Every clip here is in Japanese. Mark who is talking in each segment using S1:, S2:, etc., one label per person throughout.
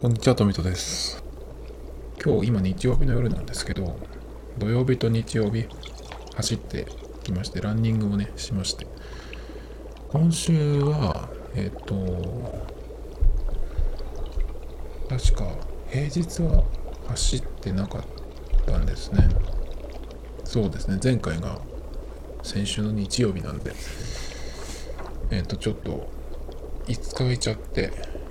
S1: こんにちは、トミトです。今日曜日の夜なんですけど、土曜日と日曜日走ってきまして、ランニングをね、しまして。今週は、確か平日は走ってなかったんですね。そうですね、前回が先週の日曜日なんで、ちょっと5日空いちゃって、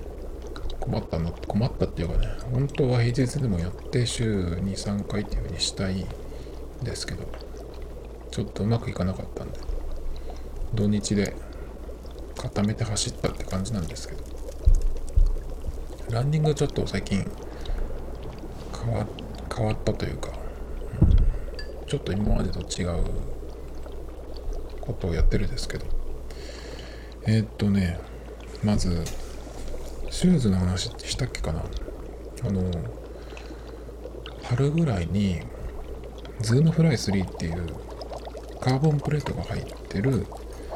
S1: 困ったっていうかね、本当は平日でもやって週2、3回っていう風にしたいんですけど、ちょっとうまくいかなかったんで、土日で固めて走ったって感じなんですけど、ランニングちょっと最近変わ変わったというか、ちょっと今までと違うことをやってるんですけど、まず、シューズの話したっけかな。あの、春ぐらいに、ズームフライ3っていうカーボンプレートが入ってる、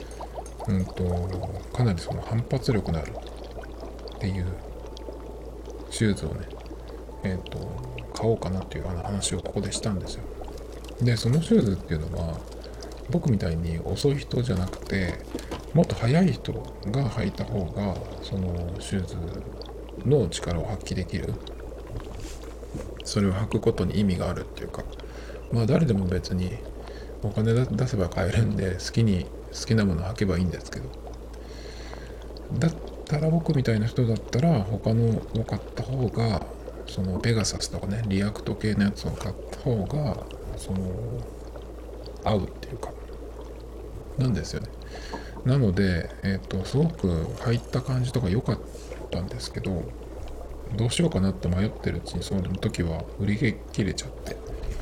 S1: かなりその反発力のあるっていうシューズをね、買おうかなっていう話をここでしたんですよ。で、そのシューズっていうのは、僕みたいに遅い人じゃなくて、もっと速い人が履いた方が、そのシューズの力を発揮できる。それを履くことに意味があるっていうか、まあ誰でも別にお金出せば買えるんで、好きなもの履けばいいんですけど、だったら僕みたいな人だったら他のを買った方が、そのペガサスとかね、リアクト系のやつを買った方が、その合うっていうかなんですよね。なので、すごく入った感じとか良かったんですけど、どうしようかなって迷ってるうちにその時は売り切れちゃって、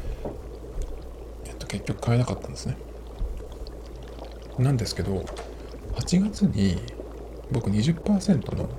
S1: 結局買えなかったんですね。なんですけど、8月に僕20%の、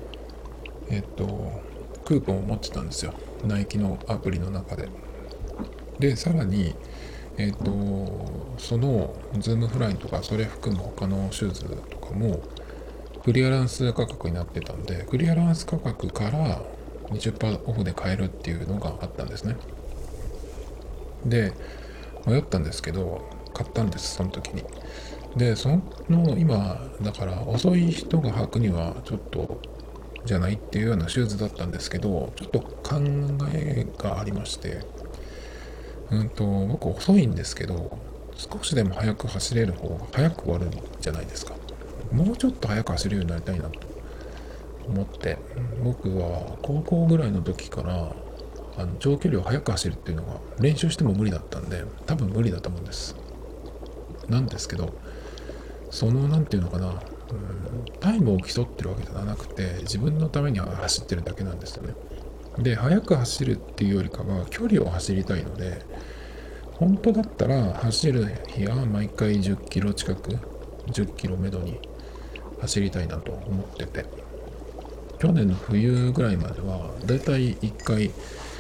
S1: クーポンを持ってたんですよ。ナイキのアプリの中で。で、さらに、そのズームフライとかそれ含む他のシューズとかもクリアランス価格になってたんで、クリアランス価格から20%オフで買えるっていうのがあったんですね。で、迷ったんですけど、買ったんです、その時に。で、今、だから遅い人が履くにはちょっとじゃないっていうようなシューズだったんですけど、ちょっと考えがありまして、僕遅いんですけど、少しでも速く走れる方が早く終わるんじゃないですか。もうちょっと速く走れるようになりたいなと思って、僕は高校ぐらいの時から長距離を速く走るっていうのが練習しても無理だったんで、多分無理だと思うんです。なんですけど、なんていうのかな、タイムを競ってるわけじゃなくて、自分のために走ってるだけなんですよね。で、速く走るっていうよりかは距離を走りたいので、本当だったら走る日は毎回10キロ近く、10キロめどに走りたいなと思ってて、去年の冬ぐらいまではだいたい1回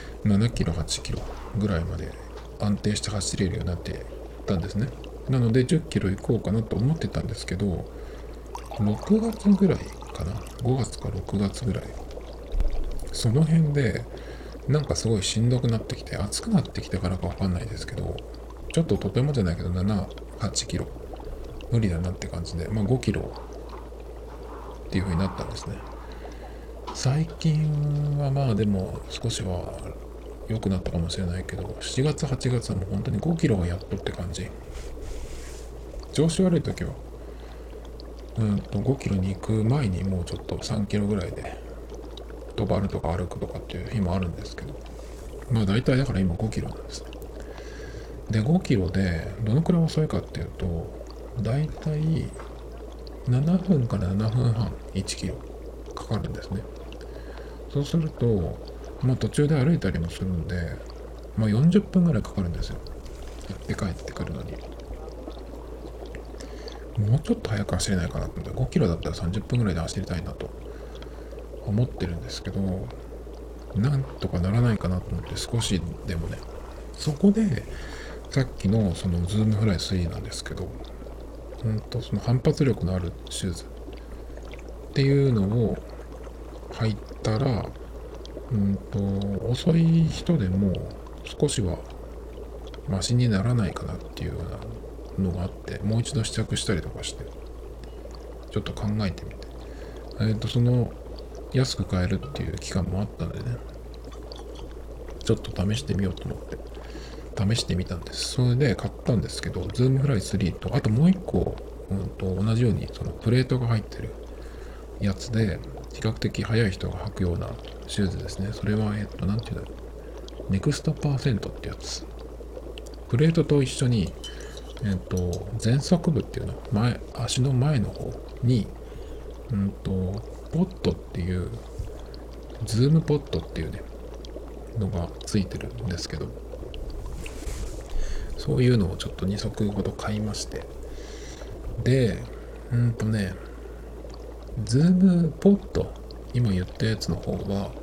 S1: 7キロ、8キロぐらいまで安定して走れるようになってたんですね。なので10キロ行こうかなと思ってたんですけど、6月ぐらいかな、5月か6月ぐらい、その辺でなんかすごいしんどくなってきて、暑くなってきてからかわかんないですけど、ちょっととてもじゃないけど7、8キロ無理だなって感じで、まあ5キロっていう風になったんですね。最近はまあでも少しは良くなったかもしれないけど、7月、8月はもう本当に5キロがやっとって感じ。調子悪い時は、5キロに行く前にもうちょっと3キロぐらいで、飛ばるとか歩くとかっていう日もあるんですけど、まあ大体だから今5キロなんですね。で、5キロでどのくらい遅いかっていうと、大体7分から7分半1キロかかるんですね。そうすると、まあ途中で歩いたりもするんで、まあ40分ぐらいかかるんですよ。行って帰ってくるのに。もうちょっと早く走れないかなと思って、5キロだったら30分ぐらいで走りたいなと思ってるんですけど、なんとかならないかなと思って少しでもね、そこでさっきのそのズームフライ3なんですけど、その反発力のあるシューズっていうのを履いたら、 遅い人でも少しはマシにならないかなっていうようなのがあって、もう一度試着したりとかしてちょっと考えてみて、その安く買えるっていう期間もあったのでね、ちょっと試してみようと思って試してみたんです。それで買ったんですけど、ズームフライ3と、あともう一個、同じようにそのプレートが入ってるやつで、比較的速い人が履くようなシューズですね。それは、なんていうんだろう。ネクストパーセントってやつ。プレートと一緒に、前足部っていうの、足の前の方に、ポットっていう、ズームポットっていうね、のがついてるんですけど、そういうのをちょっと2足ほど買いまして、で、ズームポット、今言ったやつの方は、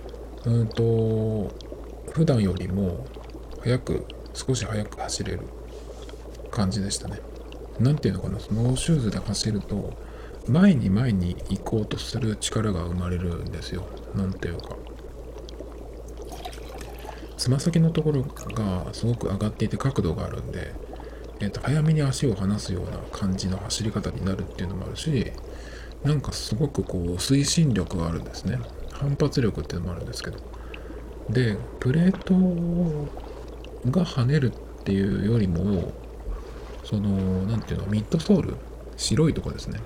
S1: 普段よりも少し速く走れる感じでしたね。なんていうのかな、スノーシューズで走ると、前に行こうとする力が生まれるんですよ。なんていうか。つま先のところがすごく上がっていて角度があるんで、早めに足を離すような感じの走り方になるっていうのもあるし、なんかすごくこう推進力があるんですね。反発力っていうのもあるんですけど。で、プレートが跳ねるっていうよりも、なんていうの、ミッドソール、白いとこですね。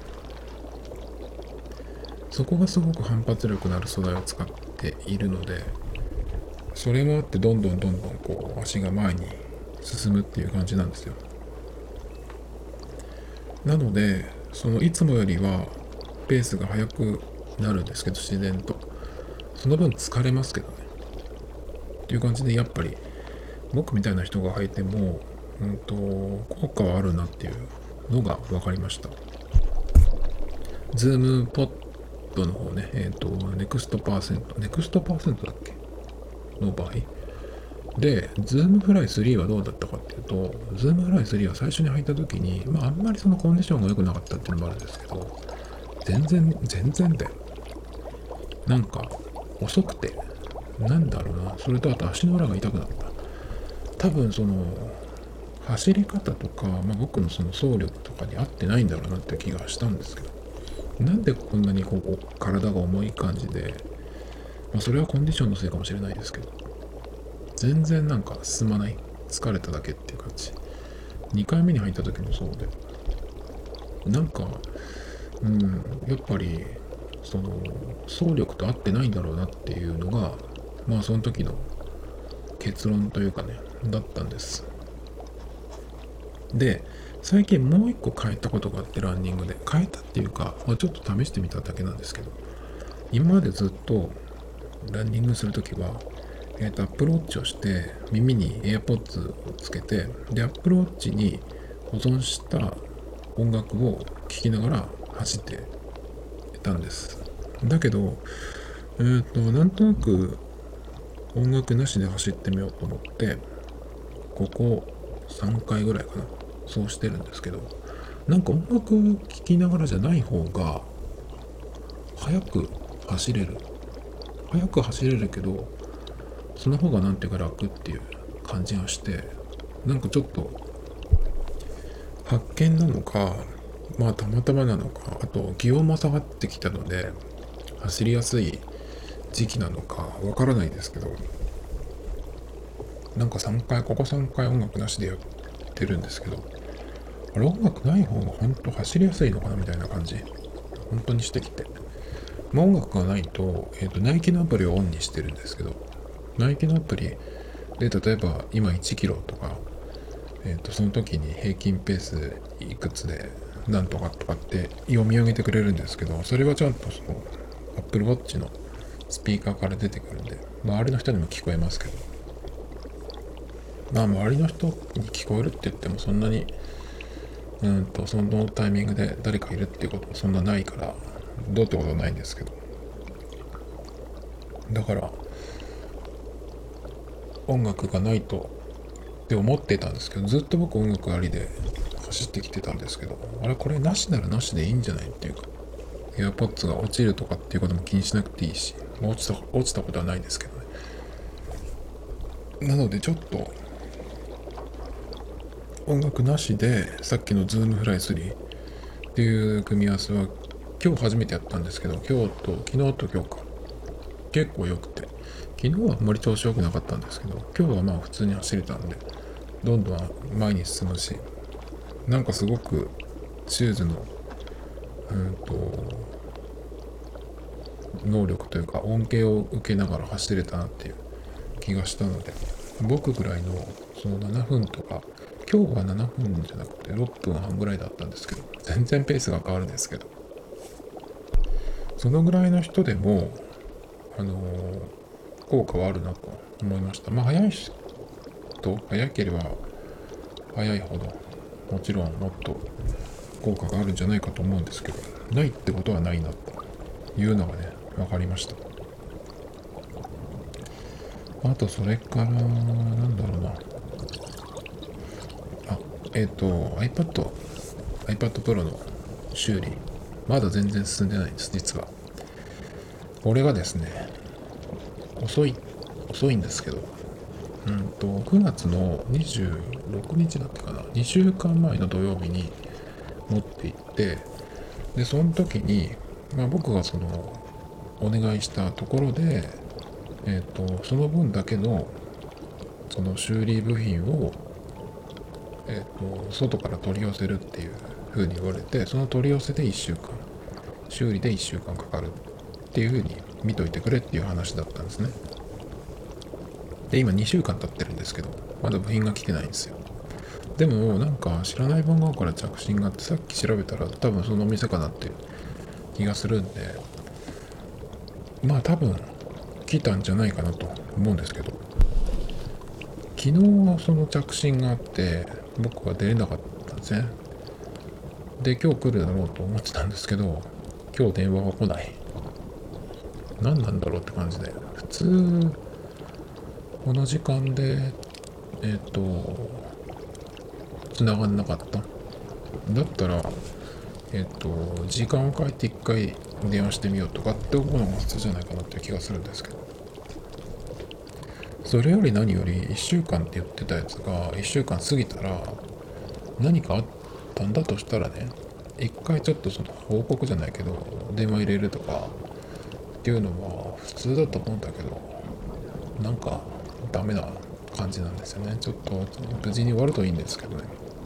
S1: そこがすごく反発力のある素材を使っているので、それもあってどんどんこう足が前に進むっていう感じなんですよ。なので、いつもよりはペースが速くなるんですけど、自然と。その分疲れますけどね。っていう感じで、やっぱり僕みたいな人が履いても、効果はあるなっていうのが分かりました。ズームポッドの方ね、ネクストパーセントだっけの場合。で、ズームフライ3はどうだったかっていうと、ズームフライ3は最初に履いた時に、あんまりそのコンディションが良くなかったっていうのもあるんですけど、全然で、なんか遅くて、なんだろうな、それとあと足の裏が痛くなった。多分走り方とか、僕のその走力とかに合ってないんだろうなって気がしたんですけど、なんでこんなに体が重い感じで、それはコンディションのせいかもしれないですけど、全然なんか進まない。疲れただけっていう感じ。2回目に入った時もそうで、なんか、やっぱり、走力と合ってないんだろうなっていうのが、その時の結論というかね、だったんです。で、最近もう一個変えたことがあって、ランニングで。変えたっていうか、ちょっと試してみただけなんですけど、今までずっとランニングするときは、アップルウォッチをして、耳に AirPods をつけて、で、アップルウォッチに保存した音楽を聴きながら走ってたんです。だけど、なんとなく音楽なしで走ってみようと思って、ここ3回ぐらいかな。そうしてるんですけど、なんか音楽聴きながらじゃない方が、速く走れる。速く走れるけど、その方がなんていうか楽っていう感じがして、なんかちょっと発見なのか、たまたまなのか、あと気温も下がってきたので走りやすい時期なのかわからないですけど、なんかここ3回音楽なしでやってるんですけど、あれ音楽ない方が本当走りやすいのかなみたいな感じ本当にしてきて、音楽がないと、ナイキのアプリをオンにしてるんですけど、ナイキのアプリで例えば今1キロとか、その時に平均ペースいくつでなんとかとかって読み上げてくれるんですけど、それはちゃんとApple Watch のスピーカーから出てくるんで、周りの人にも聞こえますけど、周りの人に聞こえるって言ってもそんなにそのタイミングで誰かいるっていうこともそんなないからどうってことはないんですけど、だから音楽がないとって思ってたんですけど、ずっと僕音楽ありで走ってきてたんですけど、あれこれなしならなしでいいんじゃないっていうか、 AirPods が落ちるとかっていうことも気にしなくていいし、落ちたことはないですけどね。なのでちょっと音楽なしでさっきのズームフライ3っていう組み合わせは今日初めてやったんですけど、昨日と今日か結構良くて、昨日はあんまり調子良くなかったんですけど、今日はまあ普通に走れたんでどんどん前に進むし、なんかすごくシューズの能力というか恩恵を受けながら走れたなっていう気がしたので、僕ぐらいのその7分とか、今日は7分じゃなくて6分半ぐらいだったんですけど、全然ペースが変わるんですけど、そのぐらいの人でも効果はあるなと思いました。まあ早ければ早いほどもちろんもっと効果があるんじゃないかと思うんですけど、ないってことはないなというのがね分かりました。あとそれからなんだろうな、iPad Pro の修理まだ全然進んでないんです。実はこれがですね遅いんですけど、9月の26日だったかな、2週間前の土曜日に持って行って、でその時に、僕がそのお願いしたところで、その分だけのその修理部品を、外から取り寄せるっていう風に言われて、その取り寄せで1週間修理で1週間かかるっていう風に見といてくれっていう話だったんですね。で今2週間経ってるんですけど、まだ部品が来てないんですよ。でもなんか知らない番号から着信があって、さっき調べたら多分そのお店かなっていう気がするんで、まあ多分来たんじゃないかなと思うんですけど、昨日その着信があって僕は出れなかったんですね。で今日来るだろうと思ってたんですけど、今日電話が来ない。何なんだろうって感じで、普通この時間で繋がんなかった。だったら時間を変えて一回電話してみようとかって思うのが普通じゃないかなっていう気がするんですけど、それより何より1週間って言ってたやつが1週間過ぎたら何かあったんだとしたらね、一回ちょっとその報告じゃないけど電話入れるとかっていうのは普通だと思うんだけど、なんかダメな感じなんですよね。ちょっと無事に終わるといいんですけどね。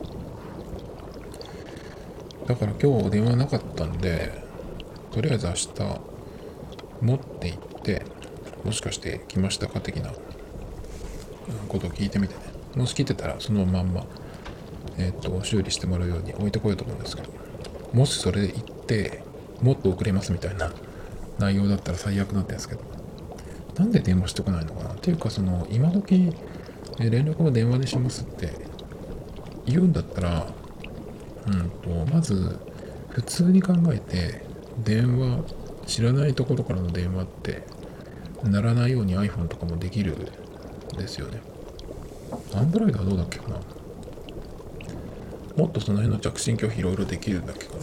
S1: だから今日電話なかったんで、とりあえず明日持って行って、もしかして来ましたか的なことを聞いてみてね、もし来てたらそのまんま修理してもらうように置いてこようと思うんですけど、もしそれで行ってもっと遅れますみたいな内容だったら最悪なんですけど、なんで電話してこないのかなっていうか、その今時連絡を電話でしますって言うんだったら、まず普通に考えて電話、知らないところからの電話って鳴らないように iPhone とかもできるんですよね。Android はどうだっけかな、もっとその辺の着信拒否いろいろできるんだっけか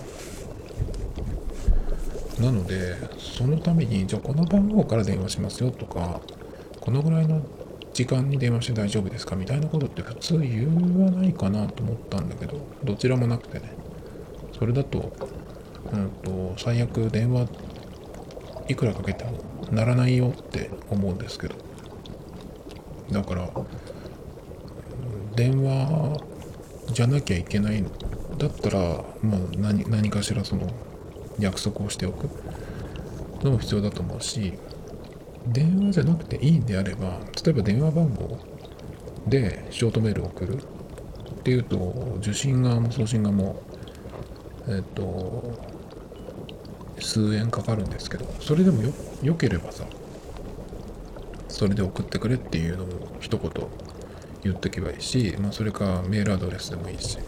S1: な。なのでそのために、じゃあこの番号から電話しますよとか、このぐらいの時間に電話して大丈夫ですかみたいなことって普通言わないかなと思ったんだけど、どちらもなくてね、それだと最悪電話いくらかけてもならないよって思うんですけど、だから電話じゃなきゃいけないのだったら、もう何かしらその約束をしておくのも必要だと思うし、電話じゃなくていいんであれば、例えば電話番号でショートメールを送るっていうと、受信側も送信側も数円かかるんですけど、それでもよければさ、それで送ってくれっていうのを一言言っておけばいいし、それかメールアドレスでもいいし、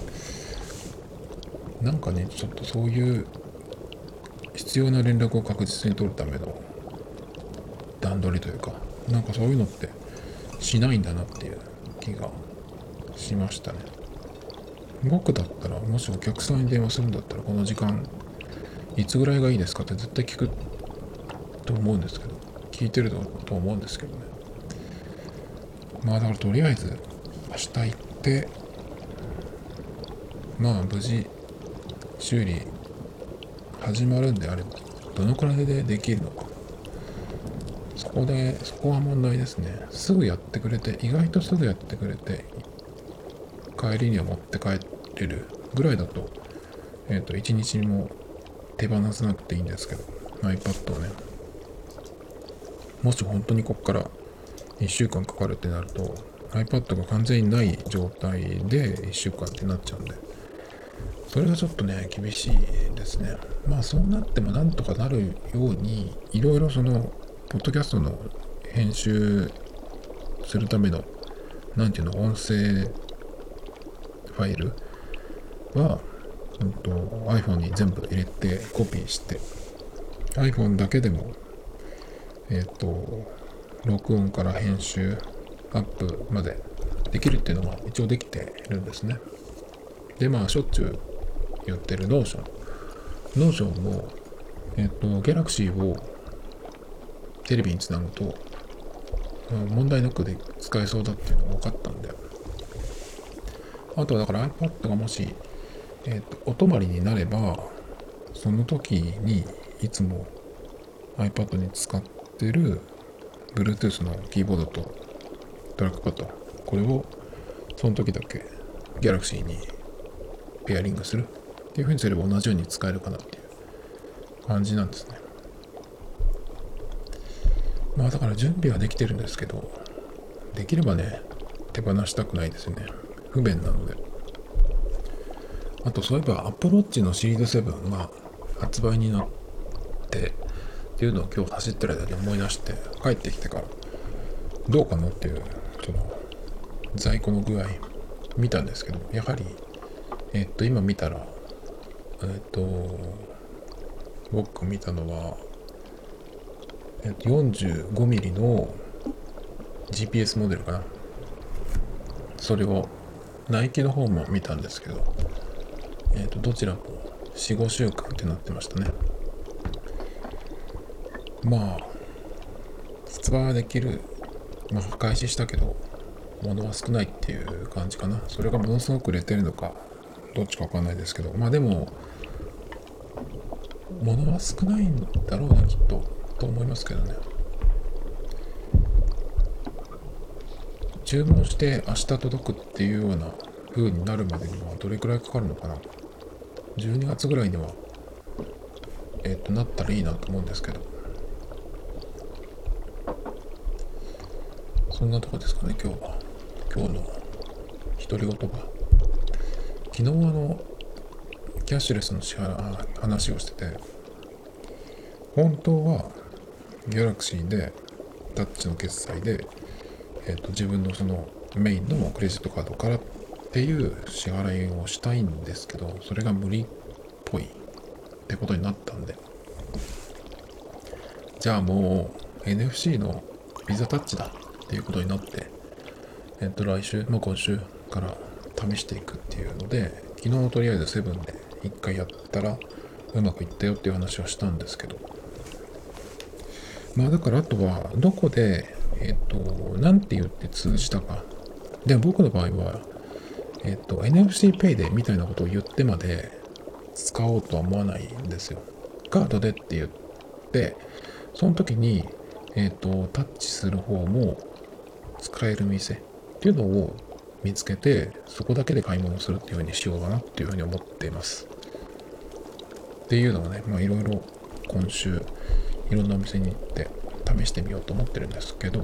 S1: なんかね、ちょっとそういう必要な連絡を確実に取るための段取りというか、なんかそういうのってしないんだなっていう気がしましたね。僕だったら、もしお客さんに電話するんだったら、この時間いつぐらいがいいですかって絶対聞くと思うんですけど、聞いてると思うんですけどね。まあだからとりあえず明日行って、まあ無事修理始まるんであればどのくらいでできるのか、そこは問題ですね。すぐやってくれて、意外とすぐやってくれて、帰りには持って帰れるぐらいだと、1日にも手放さなくていいんですけど、 iPad をね、もし本当にここから1週間かかるってなると iPad が完全にない状態で1週間ってなっちゃうんで、それがちょっとね厳しいですね。まあそうなってもなんとかなるように、いろいろそのポッドキャストの編集するためのなんていうの、音声ファイルは、iPhone に全部入れてコピーして iPhone だけでも録音から編集アップまでできるっていうのが一応できているんですね。でまあしょっちゅう言ってるノーションもGalaxy をテレビにつなぐと問題なくで使えそうだっていうのが分かったんで、あとはだから iPad がもし、お泊まりになればその時にいつも iPad に使ってる Bluetooth のキーボードとトラックパッド、これをその時だけ Galaxy にペアリングするっていう風にすれば同じように使えるかなっていう感じなんですね。まあだから準備はできてるんですけど、できればね手放したくないですね。不便なので。あとそういえば Apple Watch のシリーズ7が発売になってっていうのを今日走ってる間に思い出して、帰ってきてからどうかなっていうその在庫の具合見たんですけど、やはり今見たら僕見たのは45ミリの GPS モデルかな。それをナイキの方も見たんですけど、どちらも 4,5 週間ってなってましたね。まあ発売はできる、まあ開始したけど物は少ないっていう感じかな。それがものすごく売れてるのかどっちかわかんないですけど、まあでも物は少ないんだろうなきっと思いますけどね。注文して明日届くっていうような風になるまでにはどれくらいかかるのかな。12月ぐらいにはなったらいいなと思うんですけど、そんなとこですかね今日の独り言が。昨日キャッシュレスの話をしてて、本当はギャラクシーでタッチの決済で、自分のそのメインのクレジットカードからっていう支払いをしたいんですけど、それが無理っぽいってことになったんで、じゃあもう NFC のビザタッチだっていうことになって、来週、今週から試していくっていうので、昨日とりあえずセブンで1回やったらうまくいったよっていう話をしたんですけど、まあだからあとはどこでなんて言って通じたか。で僕の場合はNFC Pay でみたいなことを言ってまで使おうとは思わないんですよ。カードでって言ってその時にタッチする方も使える店っていうのを見つけて、そこだけで買い物するっていう風にしようかなっていう風に思っています。っていうのをね、まあいろいろ今週いろんなお店に行って試してみようと思ってるんですけど、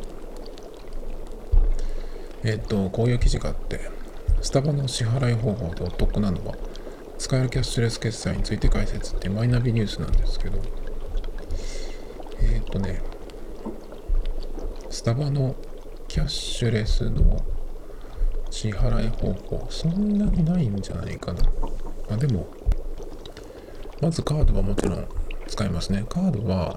S1: こういう記事があって、スタバの支払い方法でお得なのは使えるキャッシュレス決済について解説っていうマイナビニュースなんですけど、スタバのキャッシュレスの支払い方法そんなにないんじゃないかな。あ、でもまずカードはもちろん使えますね。カードは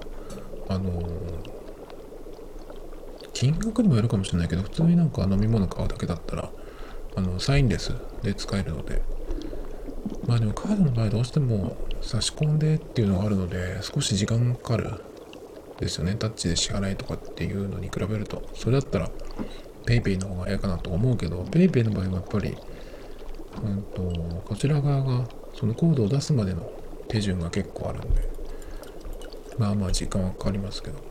S1: 金額にもよるかもしれないけど、普通になんか飲み物買うだけだったらサインレスで使えるので、 まあでもカードの場合どうしても差し込んでっていうのがあるので少し時間かかるですよね。タッチで支払いとかっていうのに比べると。それだったら PayPay の方が早いかなと思うけど、PayPay の場合はやっぱり、こちら側がそのコードを出すまでの手順が結構あるんで、まあまあ時間はかかりますけど。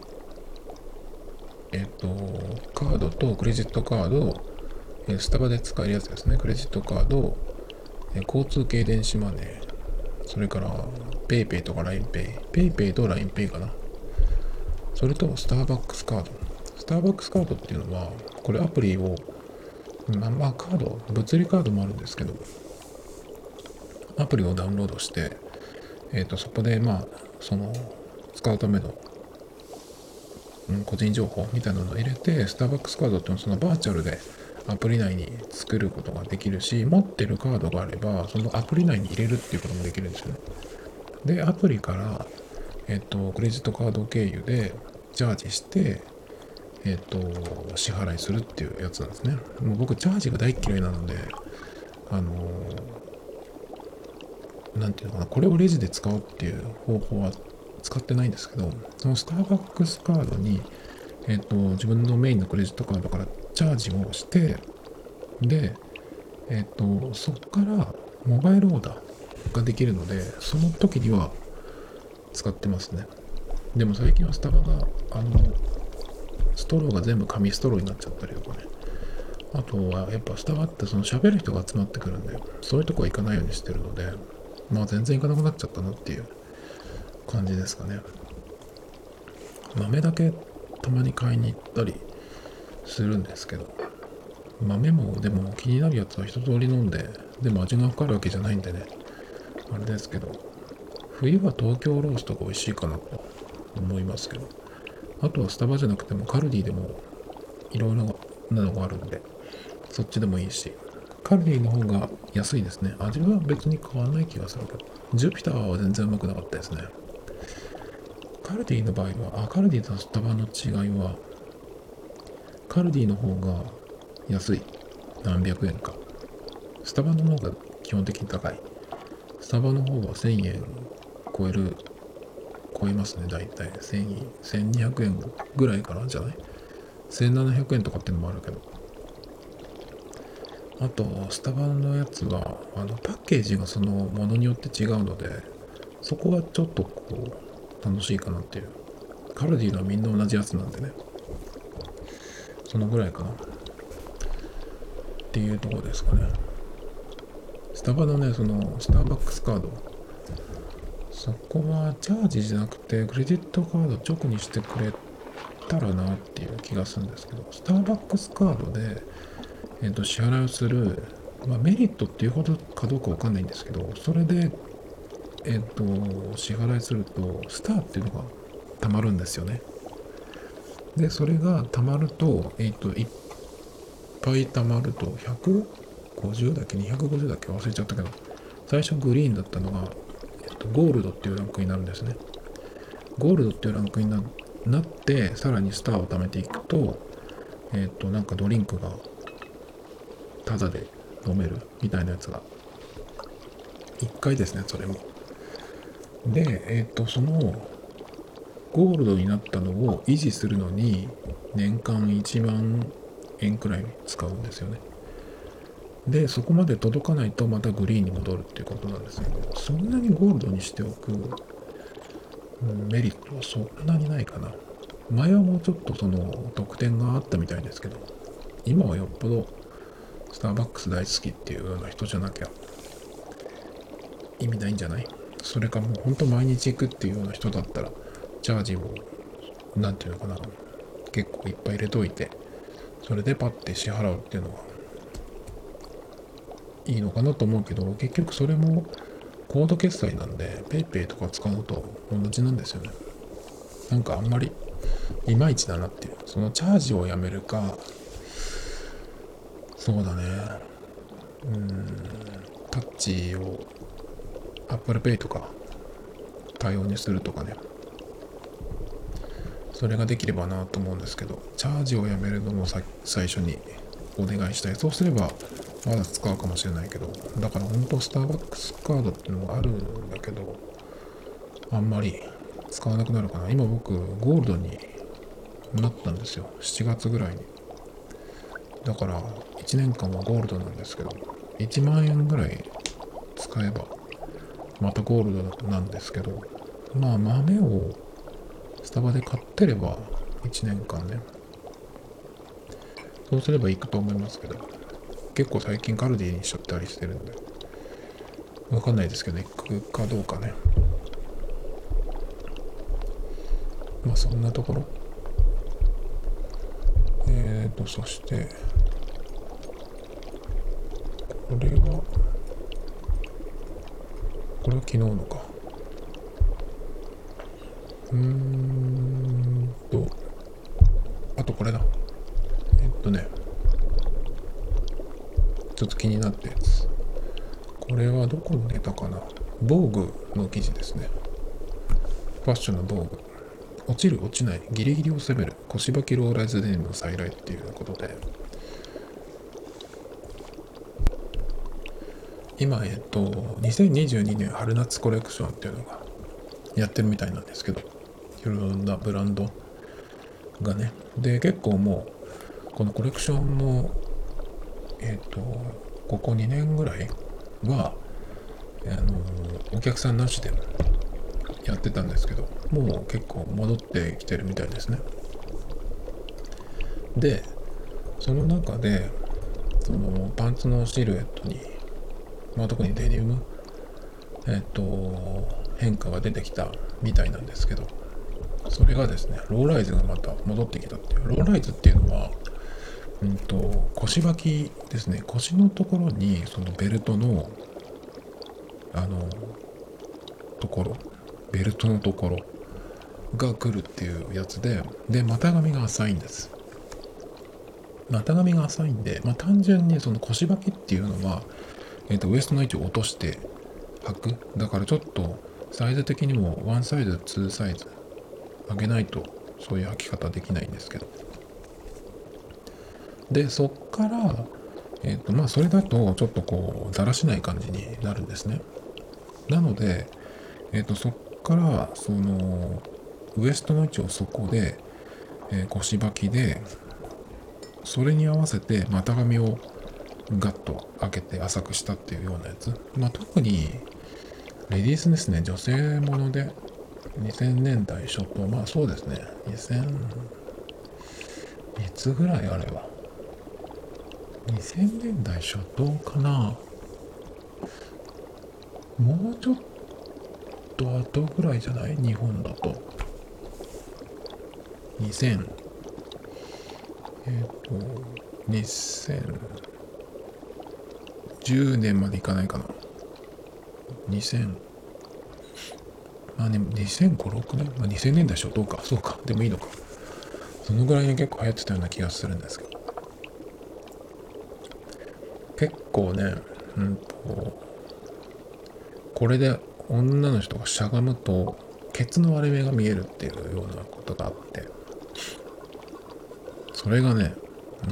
S1: カードとクレジットカード、スタバで使えるやつですね。クレジットカード、交通系電子マネー、それから PayPay とか LINEPay、PayPay と LINEPay かな。それとスターバックスカード。スターバックスカードっていうのは、これアプリを、まあカード、物理カードもあるんですけど、アプリをダウンロードして、そこでまあ、その、使うための、個人情報みたいなのを入れて、スターバックスカードっていうのはそのバーチャルでアプリ内に作ることができるし、持ってるカードがあれば、そのアプリ内に入れるっていうこともできるんですよね。で、アプリから、クレジットカード経由でチャージして、支払いするっていうやつなんですね。もう僕、チャージが大嫌いなので、あのなんていうのかな、これをレジで使うっていう方法は使ってないんですけど、そのスターバックスカードに、自分のメインのクレジットカードからチャージをして、で、そこからモバイルオーダーができるので、その時には使ってますね。でも最近はスタバが、ストローが全部紙ストローになっちゃったりとかね。あとはやっぱスタバってその喋る人が集まってくるんで、そういうとこは行かないようにしてるので、まあ全然行かなくなっちゃったなっていう感じですかね。豆だけたまに買いに行ったりするんですけど、豆もでも気になるやつは一通り飲んで、でも味が分かるわけじゃないんでね、あれですけど、冬は東京ローストが美味しいかなと思いますけど、あとはスタバじゃなくてもカルディでもいろいろなのがあるんで、そっちでもいいし、カルディの方が安いですね。味は別に変わんない気がするけど、ジュピターは全然うまくなかったですね。カルディの場合は、カルディとスタバの違いは、カルディの方が安い。何百円か。スタバの方が基本的に高い。スタバの方は1000円超えますね、大体。1200円ぐらいかな、じゃない？ 1700 円とかっていうのもあるけど。あと、スタバのやつは、パッケージがそのものによって違うので、そこはちょっとこう、楽しいかなっていう。カルディのはみんな同じやつなんでね。そのぐらいかな。っていうところですかね。スタバのね、その、スターバックスカード。そこはチャージじゃなくて、クレジットカード直にしてくれたらなっていう気がするんですけど、スターバックスカードで、支払いをする、メリットっていうほどかどうかわかんないんですけど、それで、支払いすると、スターっていうのがたまるんですよね。で、それがたまると、いっぱいたまると、150だっけ、250だっけ忘れちゃったけど、最初グリーンだったのが、ゴールドっていうランクになるんですね。ゴールドっていうランクになって、さらにスターを貯めていくと、なんかドリンクがタダで飲めるみたいなやつが1回ですね、それも。で、そのゴールドになったのを維持するのに年間1万円くらい使うんですよね。で、そこまで届かないとまたグリーンに戻るっていうことなんですけど、そんなにゴールドにしておくメリットはそんなにないかな。前はもうちょっとその特典があったみたいですけど、今はよっぽどスターバックス大好きっていうような人じゃなきゃ意味ないんじゃない？それかもうほんと毎日行くっていうような人だったら、チャージを、なんていうのかな、結構いっぱい入れといて、それでパッて支払うっていうのはいいのかなと思うけど、結局それもコード決済なんで、PayPay とか使うのと同じなんですよね。なんかあんまりいまいちだなっていう。そのチャージをやめるか、そうだね、タッチを Apple Pay とか対応にするとかね。それができればなと思うんですけど、チャージをやめるのも最初にお願いしたい。そうすればまだ使うかもしれないけど、だから本当スターバックスカードっていうのがあるんだけど、あんまり使わなくなるかな。今僕ゴールドになったんですよ、7月ぐらいに。だから1年間はゴールドなんですけど、1万円ぐらい使えばまたゴールドなんですけど、まあ豆をスタバで買ってれば1年間ね、そうすればいくと思いますけど、結構最近カルディにしちゃったりしてるんで、わかんないですけど、行くかどうかね。まあそんなところ。そして、これは昨日のか。あとこれだ。ちょっと気になったやつ。これはどこのネタかな。防具の記事ですね。ファッションの防具。落ちる落ちないギリギリを攻める腰履きローライズデニムの再来っていうことで、今2022年春夏コレクションっていうのがやってるみたいなんですけど、いろんなブランドがね、で結構もうこのコレクションのここ2年ぐらいはお客さんなしでやってたんですけど、もう結構戻ってきてるみたいですね。でその中でそのパンツのシルエットに、特にデニム変化が出てきたみたいなんですけど、それがですね、ローライズがまた戻ってきたっていう。ローライズっていうのは腰履きですね。腰のところにそのベルトのところベルトのところが来るっていうやつで、股上が浅いんです。股上が浅いんで、単純にその腰履きっていうのは、ウエストの位置を落として履く。だからちょっとサイズ的にも1サイズ2サイズ上げないとそういう履き方できないんですけど、でそっからそれだとちょっとこうだらしない感じになるんですね。なのでそっからそのウエストの位置をそこで、腰履きで、それに合わせて股上をガッと開けて浅くしたっていうようなやつ。特にレディースですね、女性もので2000年代初頭、そうですね、2000いつぐらいあれは2000年代初頭かな、もうちょっと後ぐらいじゃない、日本だと20002010年までいかないかな、20002005、6年、2000年代初頭か、そうか、でもいいのか。そのぐらいに結構流行ってたような気がするんですけど、結構ね、これで女の人がしゃがむとケツの割れ目が見えるっていうようなことがあって、それがね、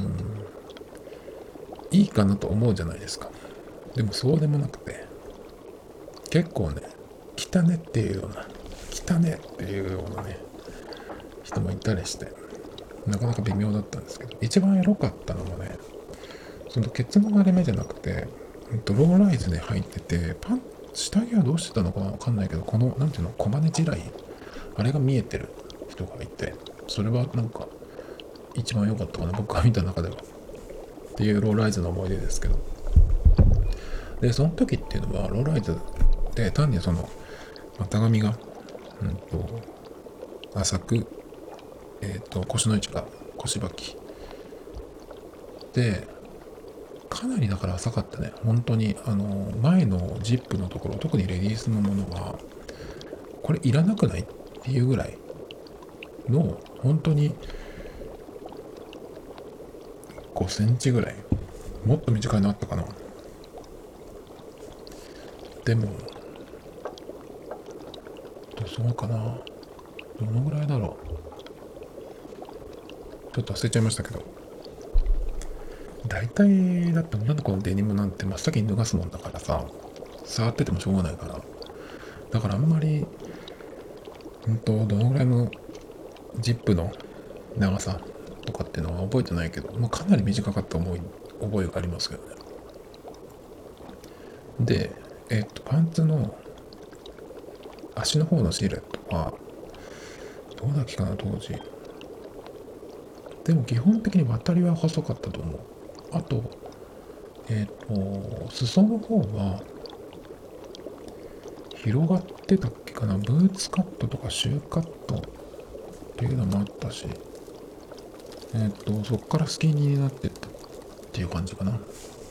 S1: いいかなと思うじゃないですか。でもそうでもなくて、結構ね、汚ねっていうような、汚ねっていうようなね、人もいたりして、なかなか微妙だったんですけど、一番エロかったのはね、そのケツの割れ目じゃなくて、ローライズで入ってて、下着はどうしてたのかわかんないけど、この、なんていうの、小金地雷、あれが見えてる人がいて、それはなんか、一番良かったかな、僕が見た中では。っていうローライズの思い出ですけど。で、その時っていうのは、ローライズで単にその、股上が、浅く、腰の位置が腰履き。で、かなりだから浅かったね。本当に、前のジップのところ、特にレディースのものは、これいらなくないっていうぐらいの、本当に5センチぐらい。もっと短いのあったかな。でも、そうかな。どのぐらいだろう。ちょっと忘れちゃいましたけど。 大体だって女の子のデニムなんて真っ先に脱がすもんだからさ、触っててもしょうがないから。だからあんまりどのぐらいのジップの長さとかっていうのは覚えてないけど、かなり短かった覚えがありますけどね。で、パンツの足の方のシルエットはどうだっけかな当時。でも基本的に渡りは細かったと思う。あと、裾の方は広がってたっけかな。ブーツカットとかシューカットっていうのもあったし、そっからスキニーになってったっていう感じかな。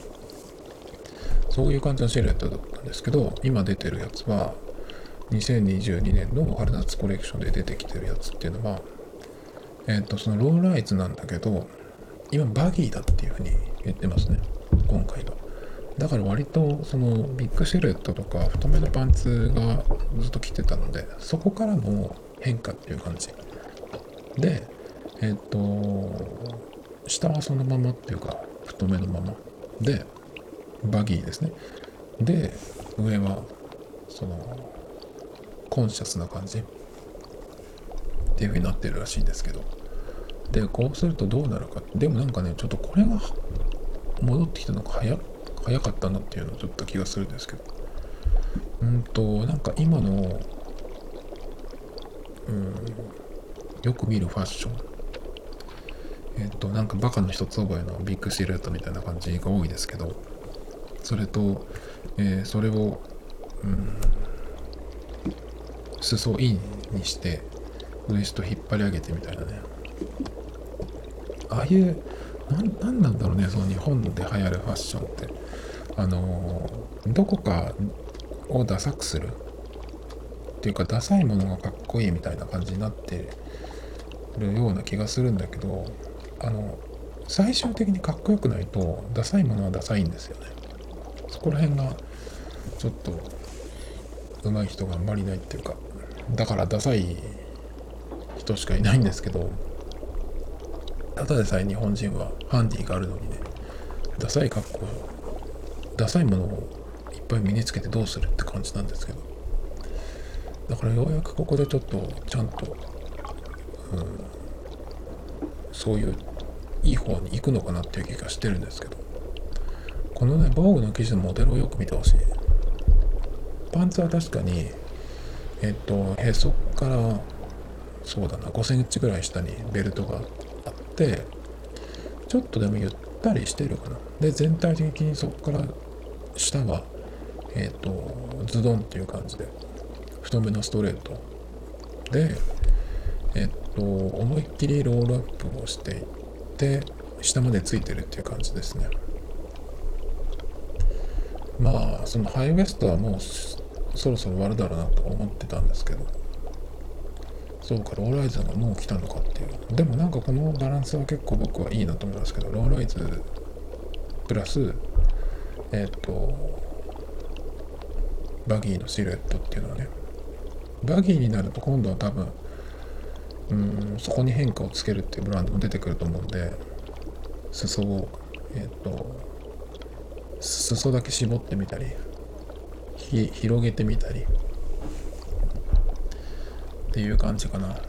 S1: そういう感じのシルエットだったんですけど、今出てるやつは2022年の春夏コレクションで出てきてるやつっていうのは、そのローライズなんだけど、今バギーだっていうふうに言ってますね、今回は。だから割とそのビッグシルエットとか太めのパンツがずっと着てたので、そこからの変化っていう感じで、下はそのままっていうか太めのままでバギーですね。で上はそのコンシャスな感じっていう風になってるらしいんですけど、でこうするとどうなるか。でもなんかね、ちょっとこれが戻ってきたのが早かったなっていうのをちょっと気がするんですけど、なんか今のよく見るファッション、なんかバカの一つ覚えのビッグシルエットみたいな感じが多いですけど、それと、それを、裾をインにしてウエスト引っ張り上げてみたいなね、ああいうなんなんだろうね、その日本で流行るファッションって、どこかをダサくするっていうか、ダサいものがかっこいいみたいな感じになってるような気がするんだけど、最終的にかっこよくないとダサいものはダサいんですよね。そこら辺がちょっと上手い人があんまりいないっていうか、だからダサい人しかいないんですけど、ただでさえ日本人はハンディがあるのにね、ダサい格好、ダサいものをいっぱい身につけてどうするって感じなんですけど、だからようやくここでちょっとちゃんと、そういういい方に行くのかなっていう気がしてるんですけど、このね、防具の記事のモデルをよく見てほしい。パンツは確かに、へそからそうだな5センチぐらい下にベルトがあって、ちょっとでもゆったりしてるかな。で全体的にそこから下はズドンっていう感じで太めのストレートで、思いっきりロールアップをしていって下までついてるっていう感じですね。そのハイウエストはもうそろそろ終わるだろうなと思ってたんですけど、そうか、ローライズがもう来たのかっていう。でもなんかこのバランスは結構僕はいいなと思いますけど、ローライズプラスバギーのシルエットっていうのはね、バギーになると今度は多分そこに変化をつけるっていうブランドも出てくると思うんで、裾を裾だけ絞ってみたり広げてみたりっていう感じかな。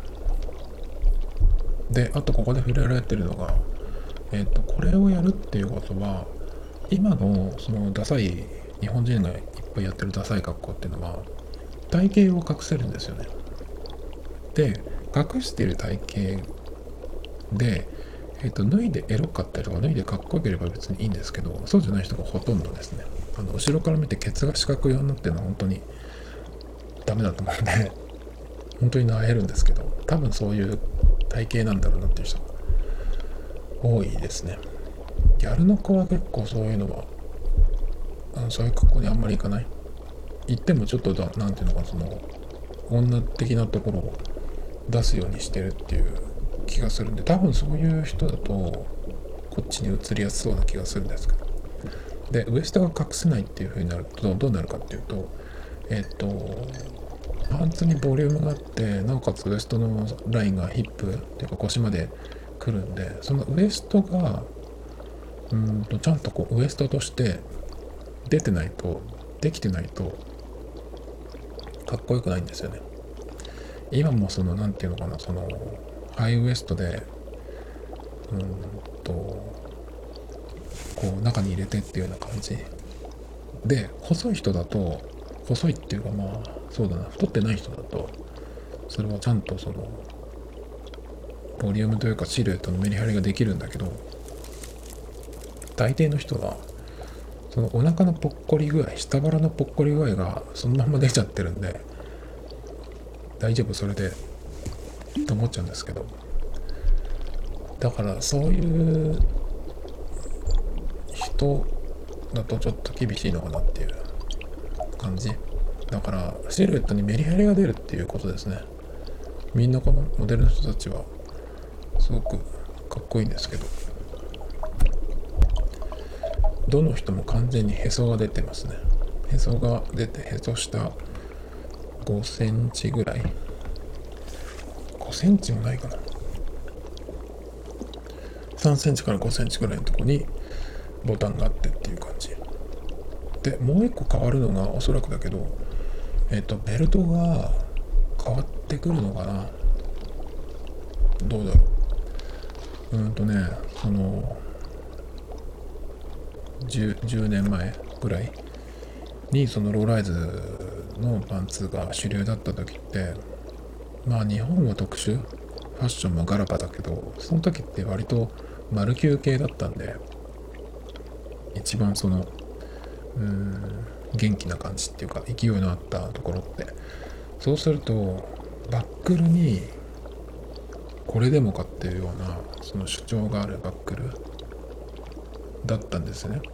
S1: であとここで触れられてるのが、これをやるっていうことは、今のそのダサい日本人がいっぱいやってるダサい格好っていうのは体型を隠せるんですよね。で隠している体型で、脱いでエロかったりとか脱いでかっこよければ別にいいんですけど、そうじゃない人がほとんどですね。後ろから見てケツが四角い女っていうのは本当にダメだと思うんで本当に萎えるんですけど、多分そういう体型なんだろうなっていう人が多いですね。ギャルの子は結構そういうのはそういう格好にあんまりいかない。行ってもちょっとなんていうのか、その女的なところを出すようにしてるっていう気がするんで、多分そういう人だとこっちに移りやすそうな気がするんですけど、でウエストが隠せないっていう風になるとどうなるかっていうと、パンツにボリュームがあって、なおかつウエストのラインがヒップっていうか腰まで来るんで、そのウエストがちゃんとこうウエストとして出てないと、できてないとかっこよくないんですよね。今もそのなんていうのかな、そのハイウエストでこう中に入れてっていうような感じで、細い人だと、細いっていうかまあそうだな、太ってない人だとそれはちゃんとそのボリュームというかシルエットのメリハリができるんだけど、大抵の人はそのお腹のぽっこり具合、下腹のぽっこり具合がそのまま出ちゃってるんで、大丈夫それでと思っちゃうんですけど、だからそういう人だとちょっと厳しいのかなっていう感じ。だからシルエットにメリハリが出るっていうことですね。みんなこのモデルの人たちはすごくかっこいいんですけど、どの人も完全にへそが出てますね。へそが出て、へそ下5センチぐらい、5センチもないかな、3センチから5センチぐらいのとこにボタンがあってっていう感じで、もう一個変わるのがおそらくだけど、ベルトが変わってくるのかな、どうだろう、その10年前ぐらいにそのローライズのパンツが主流だった時って、まあ日本は特殊、ファッションもガラパだけど、その時って割と丸球系だったんで、一番その元気な感じっていうか勢いのあったところって、そうするとバックルにこれでもかっていうようなその主張があるバックルだったんですね。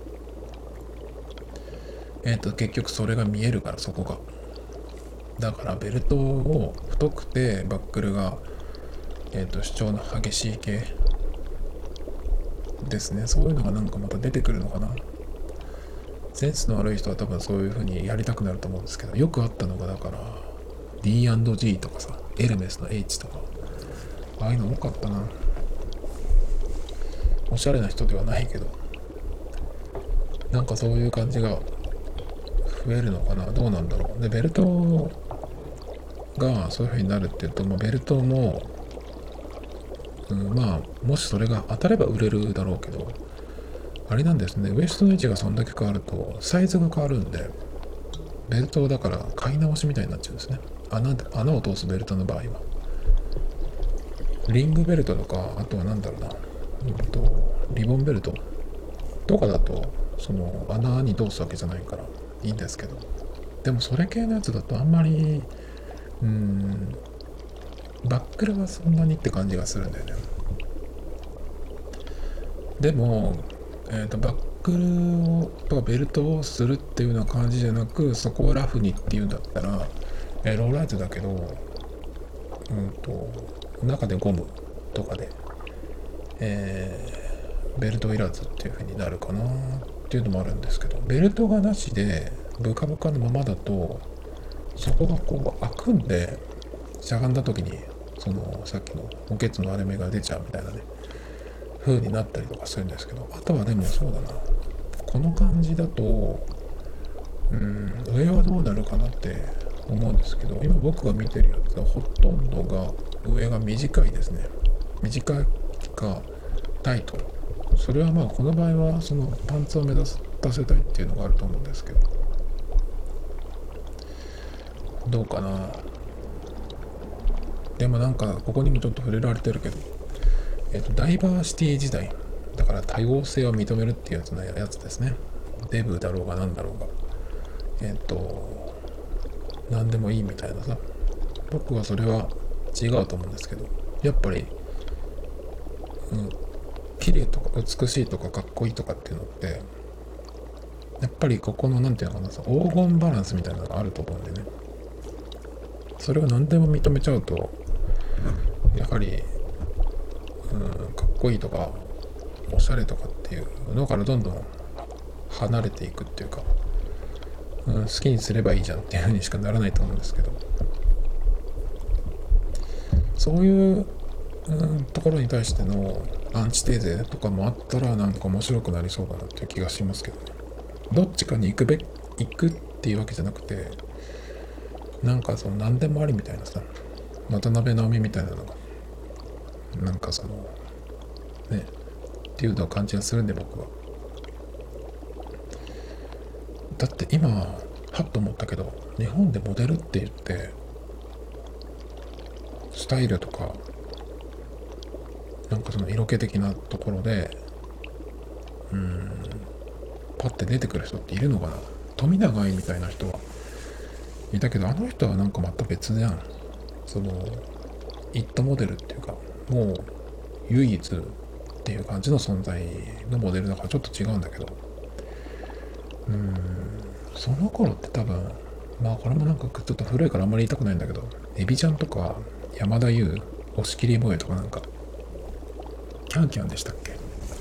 S1: 結局それが見えるから、そこがだからベルトを太くてバックルが、主張の激しい系ですね。そういうのがなんかまた出てくるのかな。センスの悪い人は多分そういう風にやりたくなると思うんですけど、よくあったのがだから D&G とかさ、エルメスの H とか、ああいうの多かったな。おしゃれな人ではないけど、なんかそういう感じが増えるのかな、どうなんだろう。でベルトがそういう風になるっていうと、ベルトも、まあもしそれが当たれば売れるだろうけど、あれなんですね、ウエストの位置がそんだけ変わるとサイズが変わるんで、ベルトだから買い直しみたいになっちゃうんですね。穴を通すベルトの場合はリングベルトとか、あとはなんだろうな、リボンベルトとかだとその穴に通すわけじゃないからいいんですけど、でもそれ系のやつだとあんまりバックルはそんなにって感じがするんだよね。でも、バックルをとかベルトをするっていうような感じじゃなく、そこをラフにっていうんだったら、ローライズだけど、中でゴムとかで、ベルトいらずっていう風になるかなっていうのもあるんですけど、ベルトがなしでブカブカのままだと、そこがこう開くんで、しゃがんだ時にそのさっきのおけつの割れ目が出ちゃうみたいなね風になったりとかするんですけど、あとはでもそうだな、この感じだと上はどうなるかなって思うんですけど、今僕が見てるやつはほとんどが上が短いですね。短いかタイト。それはまあこの場合はそのパンツを目指させたいっていうのがあると思うんですけど、どうかな。でもなんかここにもちょっと触れられてるけど、ダイバーシティ時代だから、多様性を認めるっていうやつですね。デブだろうがなんだろうが、何でもいいみたいなさ、僕はそれは違うと思うんですけど、やっぱり綺麗とか美しいとかかっこいいとかっていうのって、やっぱりここのなんていうのかな、黄金バランスみたいなのがあると思うんでね。それを何でも認めちゃうと、やはりかっこいいとかおしゃれとかっていうのからどんどん離れていくっていうか、好きにすればいいじゃんっていう風にしかならないと思うんですけど、そういうところに対してのアンチテーゼとかもあったらなんか面白くなりそうだなっていう気がしますけどね。どっちかに行くっていうわけじゃなくて、なんかその何でもありみたいなさ、渡辺直美みたいなのがなんかそのねっていうのは感じがするんで、僕は。だって今はっと思ったけど、日本でモデルって言ってスタイルとかなんかその色気的なところでパッて出てくる人っているのかな。富永愛みたいな人はいたけど、あの人はなんかまた別じゃん。そのイットモデルっていうか、もう唯一っていう感じの存在のモデルだからちょっと違うんだけど、その頃って多分、まあこれもなんかちょっと古いからあんまり言いたくないんだけど、エビちゃんとか山田優、押切萌えとかなんかキャンキャンでしたっけ、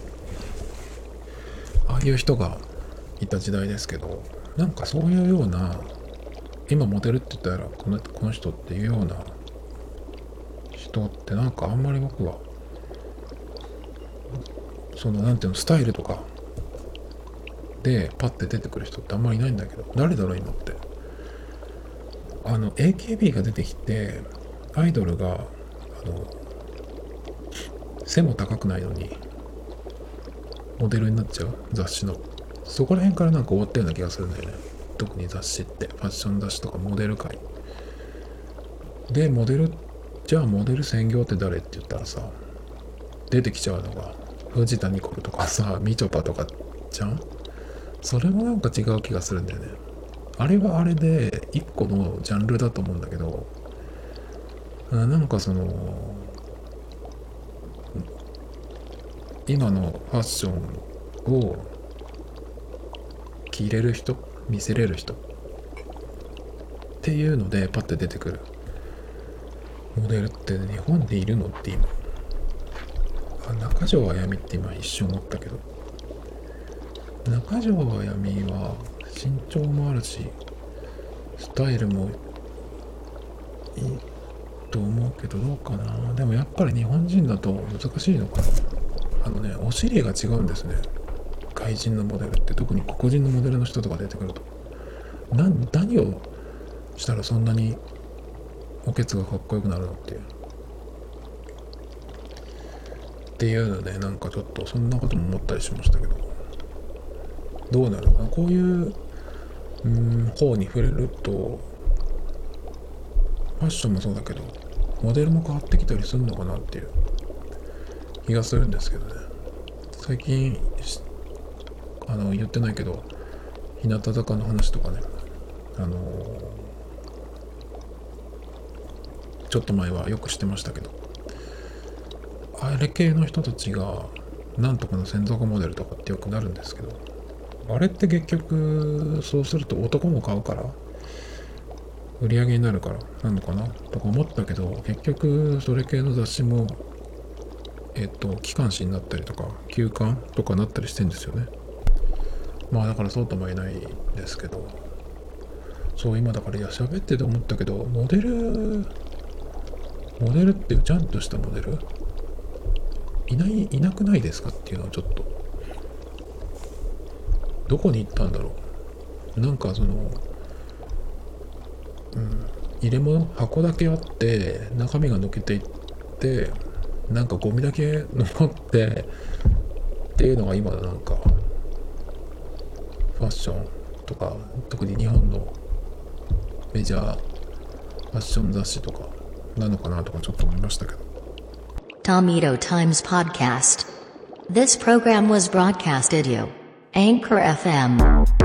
S1: ああいう人がいた時代ですけど、なんかそういうような、今モデルって言ったらこの人っていうような人ってなんかあんまり僕はそのなんていうの、スタイルとかでパッて出てくる人ってあんまりいないんだけど、誰だろう今って。AKB が出てきて、アイドルが背も高くないのにモデルになっちゃう雑誌の、そこら辺からなんか終わったような気がするんだよね。特に雑誌って、ファッション雑誌とかモデル界で、じゃあモデル専業って誰って言ったらさ、出てきちゃうのが藤田ニコルとかさ、みちょぱとかじゃん。それもなんか違う気がするんだよね。あれはあれで一個のジャンルだと思うんだけど、なんかその今のファッションを着れる人、見せれる人っていうのでパッて出てくるモデルって日本でいるのって今、中条あやみって今一瞬思ったけど、中条あやみは身長もあるしスタイルもいいと思うけど、どうかな。でもやっぱり日本人だと難しいのかな。お尻が違うんですね、外人のモデルって。特に黒人のモデルの人とか出てくると、何をしたらそんなにおけつがかっこよくなるのっていうので、なんかちょっとそんなことも思ったりしましたけど、どうなるのかな。こういう方に触れると、ファッションもそうだけどモデルも変わってきたりするのかなっていう気がするんですけどね。最近言ってないけど、日向坂の話とかね、ちょっと前はよくしてましたけど、あれ系の人たちがなんとかの専属モデルとかってよくなるんですけど、あれって結局そうすると男も買うから売り上げになるからなのかなとか思ったけど、結局それ系の雑誌も機関誌になったりとか休刊とかなったりしてんですよね。まあだからそうとも言えないですけど、そう今だから喋ってて思ったけど、モデルっていうちゃんとしたモデルいなくないですかっていうのはちょっと、どこに行ったんだろう。なんかその入れ物箱だけあって中身が抜けていって、なんかゴミだけ残ってっていうのが今のなんかファッションとか、特に日本のメジャーファッション雑誌とかなのかなとかちょっと思いましたけど。
S2: Tomito Times Podcast. This program was broadcasted you. Anchor FM